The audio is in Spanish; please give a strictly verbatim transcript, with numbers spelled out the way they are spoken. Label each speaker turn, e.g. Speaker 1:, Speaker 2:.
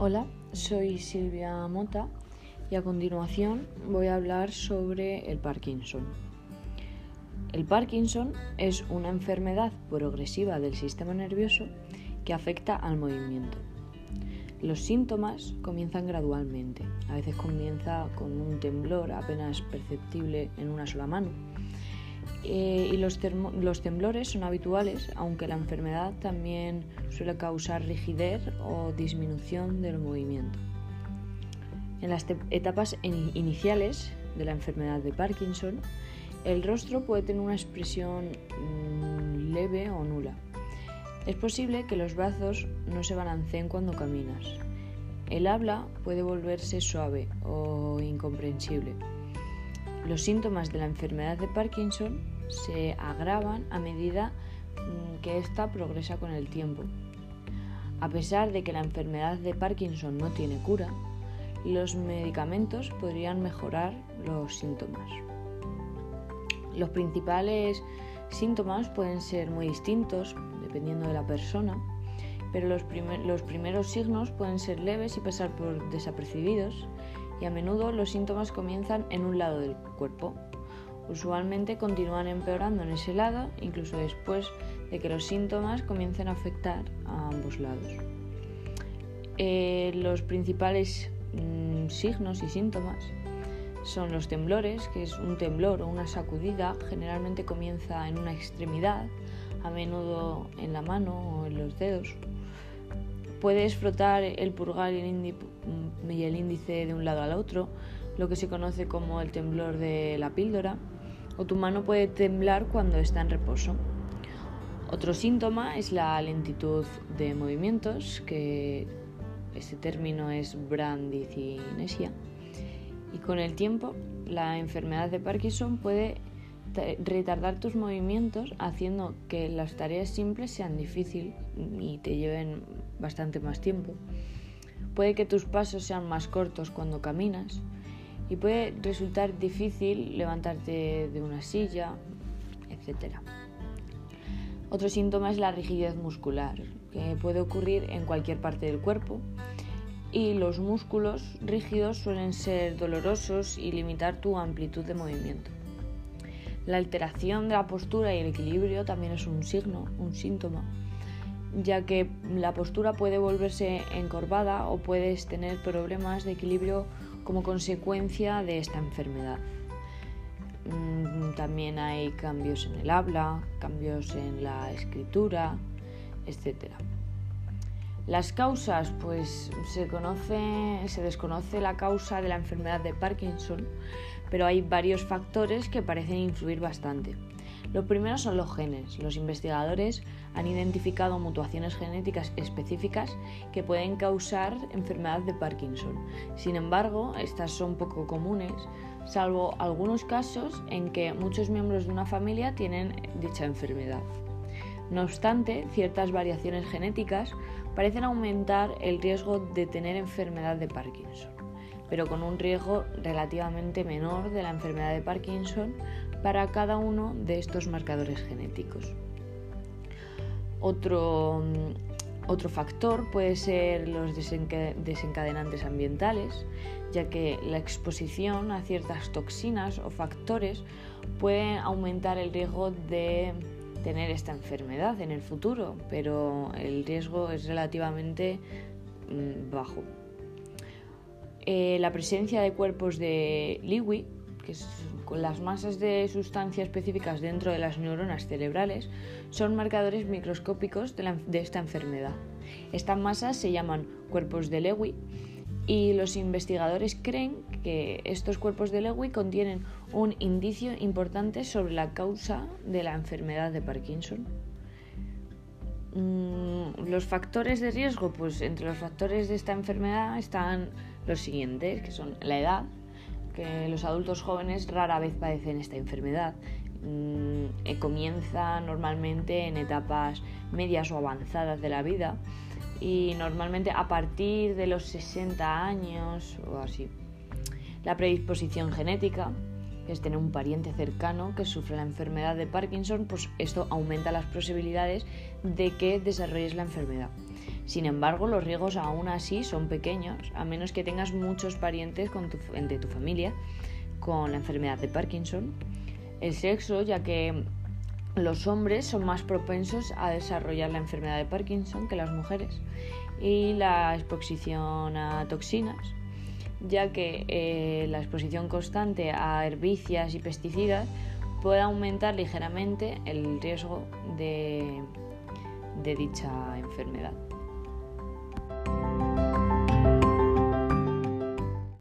Speaker 1: Hola, soy Silvia Mota y a continuación voy a hablar sobre el Parkinson. El Parkinson es una enfermedad progresiva del sistema nervioso que afecta al movimiento. Los síntomas comienzan gradualmente, a veces comienza con un temblor apenas perceptible en una sola mano. Eh, y los, termo- los temblores son habituales, aunque la enfermedad también suele causar rigidez o disminución del movimiento. En las te- etapas in- iniciales de la enfermedad de Parkinson, el rostro puede tener una expresión mmm, leve o nula. Es posible que los brazos no se balanceen cuando caminas. El habla puede volverse suave o incomprensible. Los síntomas de la enfermedad de Parkinson se agravan a medida que ésta progresa con el tiempo. A pesar de que la enfermedad de Parkinson no tiene cura, los medicamentos podrían mejorar los síntomas. Los principales síntomas pueden ser muy distintos dependiendo de la persona, pero los, primer, los primeros signos pueden ser leves y pasar por desapercibidos, y a menudo los síntomas comienzan en un lado del cuerpo. Usualmente continúan empeorando en ese lado, incluso después de que los síntomas comiencen a afectar a ambos lados. Eh, los principales mmm, signos y síntomas son los temblores, que es un temblor o una sacudida, generalmente comienza en una extremidad, a menudo en la mano o en los dedos. Puedes frotar el pulgar y el, índice, y el índice de un lado al otro, lo que se conoce como el temblor de la píldora, o tu mano puede temblar cuando está en reposo. Otro síntoma es la lentitud de movimientos, que este término es bradicinesia, y con el tiempo la enfermedad de Parkinson puede retardar tus movimientos, haciendo que las tareas simples sean difíciles y te lleven bastante más tiempo. Puede que tus pasos sean más cortos cuando caminas y puede resultar difícil levantarte de una silla, etcétera. Otro síntoma es la rigidez muscular, que puede ocurrir en cualquier parte del cuerpo, y los músculos rígidos suelen ser dolorosos y limitar tu amplitud de movimiento. La alteración de la postura y el equilibrio también es un signo, un síntoma, ya que la postura puede volverse encorvada o puedes tener problemas de equilibrio como consecuencia de esta enfermedad. También hay cambios en el habla, cambios en la escritura, etcétera. Las causas, pues se conoce, se desconoce la causa de la enfermedad de Parkinson, pero hay varios factores que parecen influir bastante. Lo primero son los genes. Los investigadores han identificado mutaciones genéticas específicas que pueden causar enfermedad de Parkinson. Sin embargo, estas son poco comunes, salvo algunos casos en que muchos miembros de una familia tienen dicha enfermedad. No obstante, ciertas variaciones genéticas parecen aumentar el riesgo de tener enfermedad de Parkinson, pero con un riesgo relativamente menor de la enfermedad de Parkinson para cada uno de estos marcadores genéticos. Otro, otro factor puede ser los desencadenantes ambientales, ya que la exposición a ciertas toxinas o factores puede aumentar el riesgo de tener esta enfermedad en el futuro, pero el riesgo es relativamente mmm, bajo. Eh, la presencia de cuerpos de Lewy, que es con las masas de sustancias específicas dentro de las neuronas cerebrales, son marcadores microscópicos de, la, de esta enfermedad. Estas masas se llaman cuerpos de Lewy, y los investigadores creen que estos cuerpos de Lewy contienen un indicio importante sobre la causa de la enfermedad de Parkinson. Mm, los factores de riesgo, pues entre los factores de esta enfermedad están los siguientes, que son la edad, que los adultos jóvenes rara vez padecen esta enfermedad. Mm, eh, comienza normalmente en etapas medias o avanzadas de la vida, y normalmente a partir de los sesenta años o así. La predisposición genética, que es tener un pariente cercano que sufre la enfermedad de Parkinson, pues esto aumenta las posibilidades de que desarrolles la enfermedad. Sin embargo, los riesgos aún así son pequeños, a menos que tengas muchos parientes con tu, de tu familia con la enfermedad de Parkinson. El sexo, ya que los hombres son más propensos a desarrollar la enfermedad de Parkinson que las mujeres. Y la exposición a toxinas, ya que eh, la exposición constante a herbicidas y pesticidas puede aumentar ligeramente el riesgo de, de dicha enfermedad.